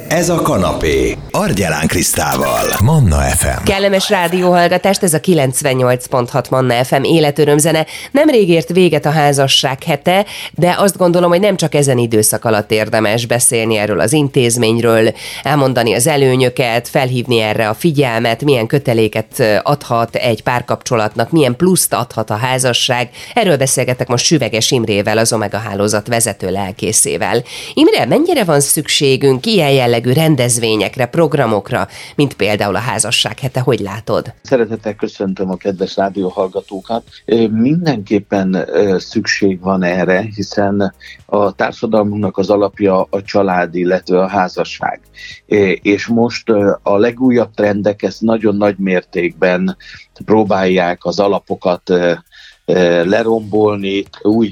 Ez a kanapé. Argyelán Krisztával. Manna FM. Kellemes rádióhallgatást, ez a 98.6 Manna FM életörömzene. Nemrég ért véget a házasság hete, de azt gondolom, hogy nem csak ezen időszak alatt érdemes beszélni erről az intézményről, elmondani az előnyöket, felhívni erre a figyelmet, milyen köteléket adhat egy párkapcsolatnak, milyen pluszt adhat a házasság. Erről beszélgetek most Süveges Imrével, az Omega Hálózat vezető lelkészével. Imre, mennyire van szükségünk ilyen jellegű rendezvényekre, programokra, mint például a házasság hete, hogy látod? Szeretettel köszöntöm a kedves rádióhallgatókat. Mindenképpen szükség van erre, hiszen a társadalmunknak az alapja a család, illetve a házasság. És most a legújabb trendek ezt nagyon nagy mértékben próbálják az alapokat lerombolni,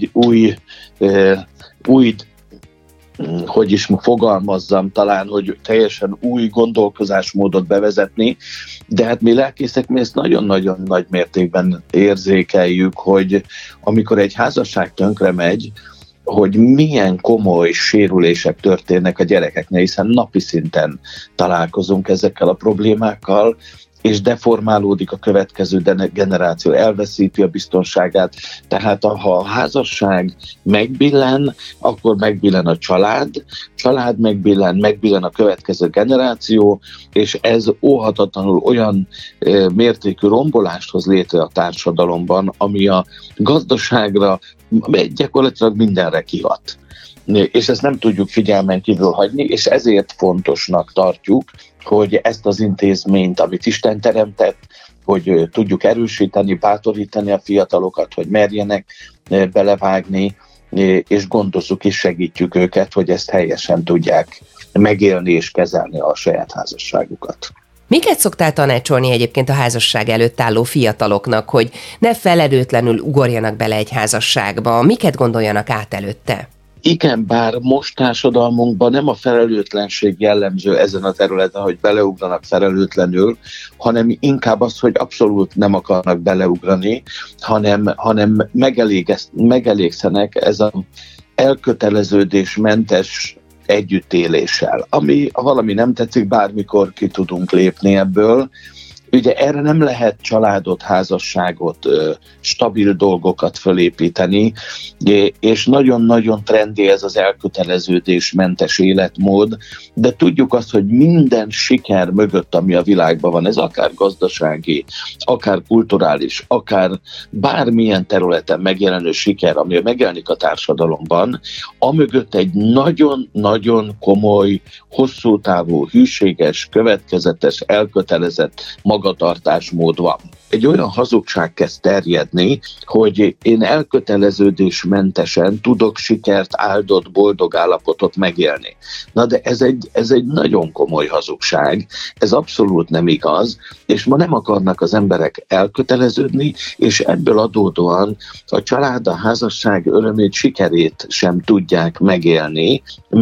hogy is fogalmazzam, talán, hogy teljesen új gondolkozásmódot bevezetni, de hát mi lelkészek, mi ezt nagyon-nagyon nagy mértékben érzékeljük, hogy amikor egy házasság tönkre megy, hogy milyen komoly sérülések történnek a gyerekeknél, hiszen napi szinten találkozunk ezekkel a problémákkal, és deformálódik a következő generáció, elveszíti a biztonságát. Tehát ha a házasság megbillen, akkor megbillen a család megbillen a következő generáció, és ez óhatatlanul olyan mértékű rombolást hoz létre a társadalomban, ami a gazdaságra gyakorlatilag mindenre kihat. És ezt nem tudjuk figyelmen kívül hagyni, és ezért fontosnak tartjuk, hogy ezt az intézményt, amit Isten teremtett, hogy tudjuk erősíteni, bátorítani a fiatalokat, hogy merjenek belevágni, és gondozzuk és segítjük őket, hogy ezt helyesen tudják megélni és kezelni a saját házasságukat. Miket szoktál tanácsolni egyébként a házasság előtt álló fiataloknak, hogy ne felelőtlenül ugorjanak bele egy házasságba? Miket gondoljanak át előtte? Igen, bár most társadalmunkban nem a felelőtlenség jellemző ezen a területen, hogy beleugranak felelőtlenül, hanem inkább az, hogy abszolút nem akarnak beleugrani, hanem megelégszenek ez az elköteleződésmentes együttéléssel. Ha valami nem tetszik, bármikor ki tudunk lépni ebből. Ugye erre nem lehet családot, házasságot, stabil dolgokat fölépíteni, és nagyon-nagyon trendi ez az elköteleződésmentes életmód, de tudjuk azt, hogy minden siker mögött, ami a világban van, ez akár gazdasági, akár kulturális, akár bármilyen területen megjelenő siker, ami megjelenik a társadalomban, amögött egy nagyon-nagyon komoly, hosszú távú, hűséges, következetes, elkötelezett magatartásmód van. Egy olyan hazugság kezd terjedni, hogy én elköteleződésmentesen tudok sikert, áldott, boldog állapotot megélni. Na de ez egy nagyon komoly hazugság, ez abszolút nem igaz, és ma nem akarnak az emberek elköteleződni, és ebből adódóan a család, a házasság örömét, sikerét sem tudják megélni,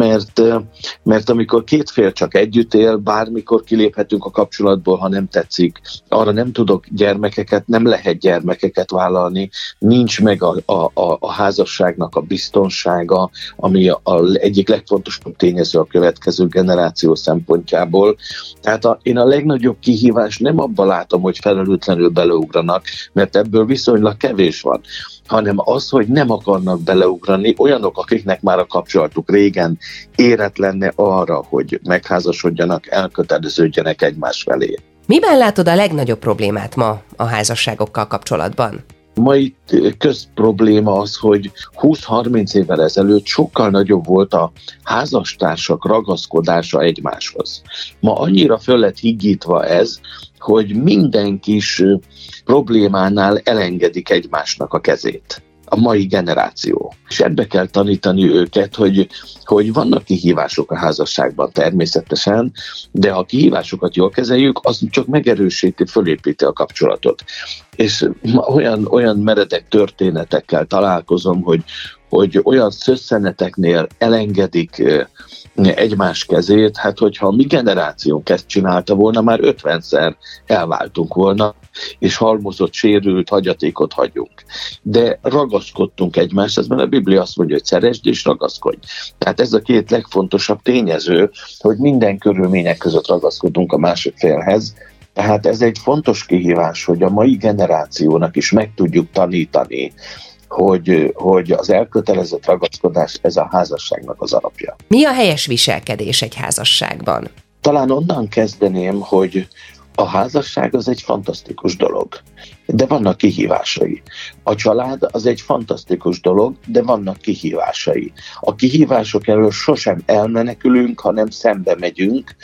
mert amikor két fél csak együtt él, bármikor kiléphetünk a kapcsolatból, ha nem tetszik, arra nem tudok gyermekeket, nem lehet gyermekeket vállalni, nincs meg a házasságnak a biztonsága, ami egyik legfontosabb tényező a következő generáció szempontjából. Tehát én a legnagyobb kihívás nem abban látom, hogy felelőtlenül beleugranak, mert ebből viszonylag kevés van, hanem az, hogy nem akarnak beleugrani olyanok, akiknek már a kapcsolatuk régen érett lenne arra, hogy megházasodjanak, elköteleződjenek egymás felé. Miben látod a legnagyobb problémát ma a házasságokkal kapcsolatban? Ma itt közprobléma az, hogy 20-30 évvel ezelőtt sokkal nagyobb volt a házastársak ragaszkodása egymáshoz. Ma annyira föl lett higítva ez, hogy minden kis problémánál elengedik egymásnak a kezét. A mai generáció. És ebbe kell tanítani őket, hogy vannak kihívások a házasságban természetesen, de ha a kihívásokat jól kezeljük, az csak megerősíti, fölépíti a kapcsolatot. És olyan meredek történetekkel találkozom, hogy olyan szösszeneteknél elengedik egymás kezét, hát hogyha a mi generációnk ezt csinálta volna, már 50-szer elváltunk volna, és halmozott, sérült hagyatékot hagyunk. De ragaszkodtunk egymáshoz, mert a Biblia azt mondja, hogy szeresd és ragaszkodj. Tehát ez a két legfontosabb tényező, hogy minden körülmények között ragaszkodunk a másik félhez. Tehát ez egy fontos kihívás, hogy a mai generációnak is meg tudjuk tanítani, hogy az elkötelezett ragaszkodás, ez a házasságnak az alapja. Mi a helyes viselkedés egy házasságban? Talán onnan kezdeném, hogy a házasság az egy fantasztikus dolog, de vannak kihívásai. A család az egy fantasztikus dolog, de vannak kihívásai. A kihívások elől sosem elmenekülünk, hanem szembe megyünk,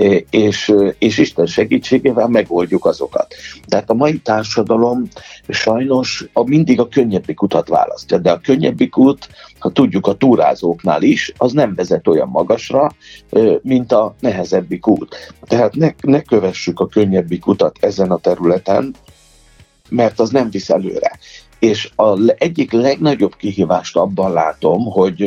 és Isten segítségével megoldjuk azokat. Tehát a mai társadalom sajnos mindig a könnyebbik utat választja, de a könnyebbik út, ha tudjuk a túrázóknál is, az nem vezet olyan magasra, mint a nehezebbik út. Tehát ne kövessük a könnyebbik utat ezen a területen, mert az nem visz előre. És egyik legnagyobb kihívást abban látom,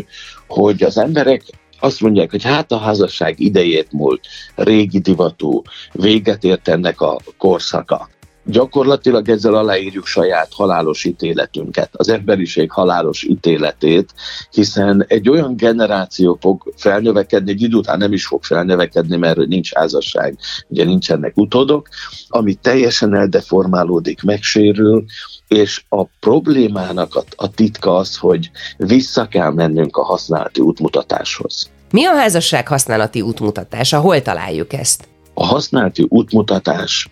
hogy az emberek azt mondják, hogy hát a házasság idejét múlt, régi divatú, véget ért ennek a korszaka. Gyakorlatilag ezzel aláírjuk saját halálos ítéletünket, az emberiség halálos ítéletét, hiszen egy olyan generáció fog felnövekedni, egy idő után nem is fog felnövekedni, mert nincs házasság, ugye nincsenek utódok, ami teljesen eldeformálódik, megsérül, és a problémának a titka az, hogy vissza kell mennünk a használati útmutatáshoz. Mi a házasság használati útmutatása? Hol találjuk ezt? A használati útmutatás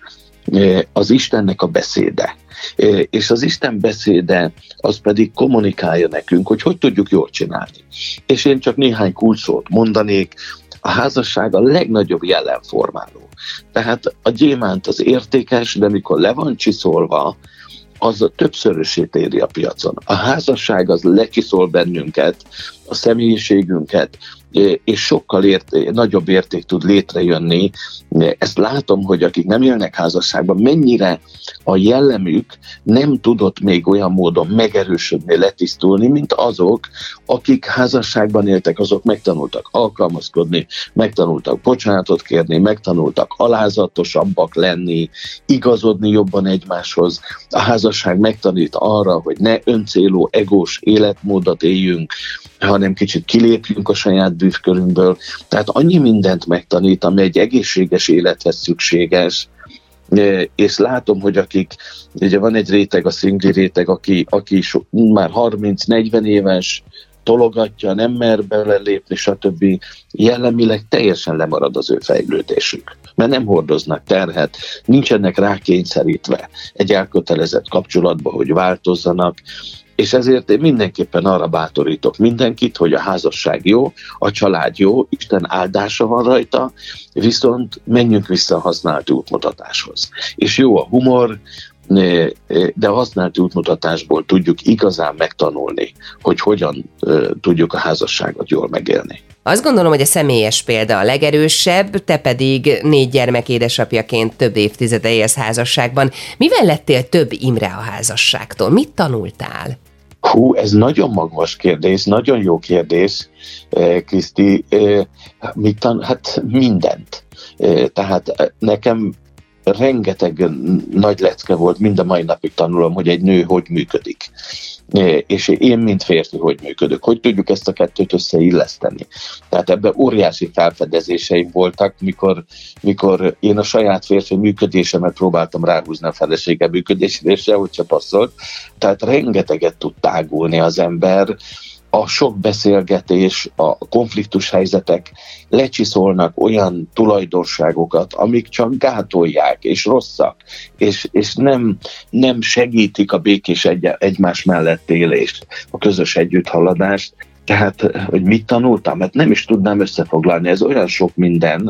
az Istennek a beszéde. És az Isten beszéde az pedig kommunikálja nekünk, hogy tudjuk jól csinálni. És én csak néhány kulcsszót mondanék. A házasság a legnagyobb jellemformáló. Tehát a gyémánt az értékes, de mikor le van csiszolva, az a többszörösét éri a piacon. A házasság az lecsiszol bennünket, a személyiségünket, és sokkal nagyobb érték tud létrejönni. Ezt látom, hogy akik nem élnek házasságban, mennyire a jellemük nem tudott még olyan módon megerősödni, letisztulni, mint azok, akik házasságban éltek, azok megtanultak alkalmazkodni, megtanultak bocsánatot kérni, megtanultak alázatosabbak lenni, igazodni jobban egymáshoz. A házasság megtanít arra, hogy ne öncélú, egós életmódot éljünk, hanem kicsit kilépjünk a saját bűvkörünkből. Tehát annyi mindent megtanít, ami egy egészséges élethez szükséges, és látom, hogy ugye van egy réteg, a szingli réteg, aki már 30-40 éves, tologatja, nem mer belelépni, stb. Jellemileg teljesen lemarad az ő fejlődésük, mert nem hordoznak terhet, nincsenek rákényszerítve egy elkötelezett kapcsolatba, hogy változzanak, és ezért én mindenképpen arra bátorítok mindenkit, hogy a házasság jó, a család jó, Isten áldása van rajta, viszont menjünk vissza a használati útmutatáshoz. És jó a humor, de a használati útmutatásból tudjuk igazán megtanulni, hogy hogyan tudjuk a házasságot jól megélni. Azt gondolom, hogy a személyes példa a legerősebb, te pedig 4 gyermek édesapjaként több évtizede élsz házasságban. Mivel lettél több Imre a házasságtól? Mit tanultál? Ez nagyon magvas kérdés, nagyon jó kérdés, Kriszti. Hát mindent. Tehát nekem rengeteg nagy lecke volt, mind a mai napig tanulom, hogy egy nő hogy működik. És én, mint férfi, hogy működök. Hogy tudjuk ezt a kettőt összeilleszteni? Tehát ebben óriási felfedezéseim voltak, mikor én a saját férfi működésemet próbáltam ráhúzni a felesége működésére, és sehogy se passzolt. Tehát rengeteget tud tágulni az ember. A sok beszélgetés, a konfliktus helyzetek lecsiszolnak olyan tulajdonságokat, amik csak gátolják, és rosszak, és nem segítik a békés egymás mellett élést, a közös együtthaladást. Tehát, hogy mit tanultam? Mert nem is tudnám összefoglalni, ez olyan sok minden,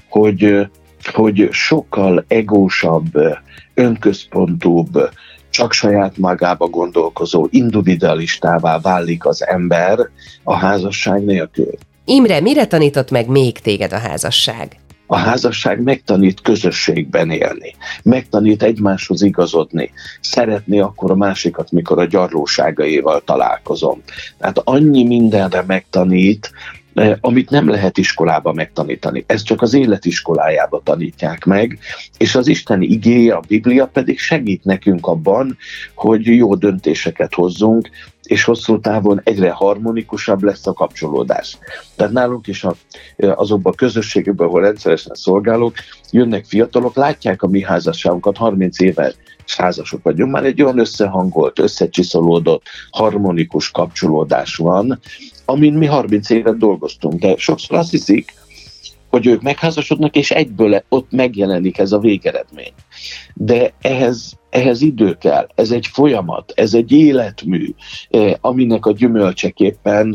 hogy sokkal egósabb, önközpontúbb, csak saját magába gondolkozó, individualistává válik az ember a házasság nélkül. Imre, mire tanított meg még téged a házasság? A házasság megtanít közösségben élni, megtanít egymáshoz igazodni, szeretni akkor a másikat, mikor a gyarlóságaival találkozom. Tehát annyi mindenre megtanít, amit nem lehet iskolába megtanítani. Ezt csak az életiskolájába tanítják meg, és az Isten igéje, a Biblia pedig segít nekünk abban, hogy jó döntéseket hozzunk, és hosszú távon egyre harmonikusabb lesz a kapcsolódás. Tehát nálunk is azokban a közösségekben, ahol rendszeresen szolgálok, jönnek fiatalok, látják a mi házasságunkat, 30 éve házasok vagyunk, már egy olyan összehangolt, összecsiszolódott, harmonikus kapcsolódás van, amin mi 30 évet dolgoztunk, de sokszor azt hiszik, hogy ők megházasodnak, és egyből ott megjelenik ez a végeredmény. De ehhez idő kell, ez egy folyamat, ez egy életmű, aminek a gyümölcseképpen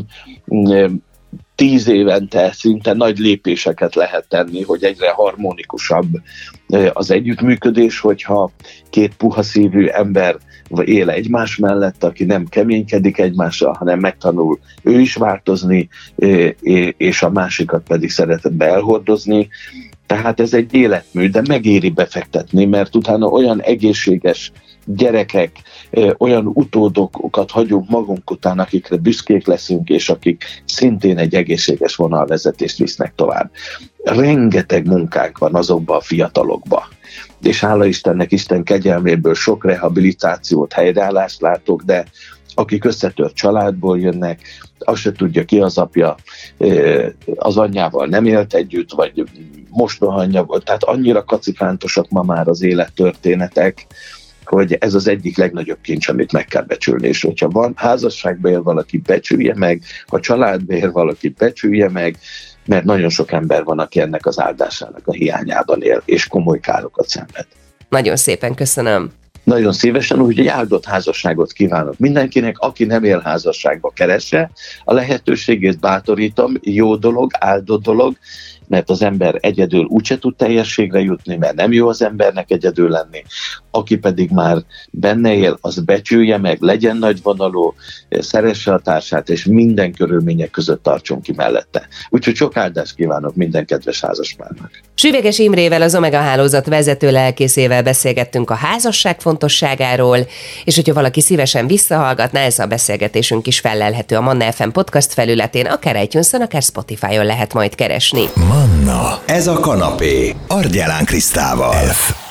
10 évente szinte nagy lépéseket lehet tenni, hogy egyre harmonikusabb az együttműködés, hogyha két puha szívű ember él egymás mellett, aki nem keménykedik egymással, hanem megtanul ő is változni, és a másikat pedig szeretetbe elhordozni. Tehát ez egy életmű, de megéri befektetni, mert utána olyan egészséges gyerekek, olyan utódokat hagyunk magunk után, akikre büszkék leszünk, és akik szintén egy egészséges vonalvezetést visznek tovább. Rengeteg munkánk van azokban a fiatalokban. És hála Istennek, Isten kegyelméből sok rehabilitációt, helyreállást látok, de akik összetört családból jönnek, azt se tudja ki az apja, az anyjával nem élt együtt, vagy mostohaanyja volt. Tehát annyira kacifántosak ma már az élettörténetek, hogy ez az egyik legnagyobb kincs, amit meg kell becsülni. És hogyha van házasságba él valaki, becsülje meg, ha családba él valaki, becsülje meg, mert nagyon sok ember van, aki ennek az áldásának a hiányában él, és komoly károkat szenved. Nagyon szépen köszönöm. Nagyon szívesen, úgyhogy egy áldott házasságot kívánok mindenkinek, aki nem él házasságba, keresse. A lehetőségét bátorítom, jó dolog, áldott dolog, mert az ember egyedül úgyse tud teljességre jutni, mert nem jó az embernek egyedül lenni. Aki pedig már benne él, az becsülje meg, legyen nagyvonalú, szeresse a társát, és minden körülmények között tartson ki mellette. Úgyhogy sok áldást kívánok minden kedves házaspárnak. Süveges Imrével, az Omega Hálózat vezető lelkészével beszélgettünk a házasság fontosságáról, és hogyha valaki szívesen visszahallgatná, ez a beszélgetésünk is fellelhető a Manna FM podcast felületén, akár iTunes-on, akár Spotify-on lehet majd keresni. Manna, ez a kanapé, Argyelán Krisztával.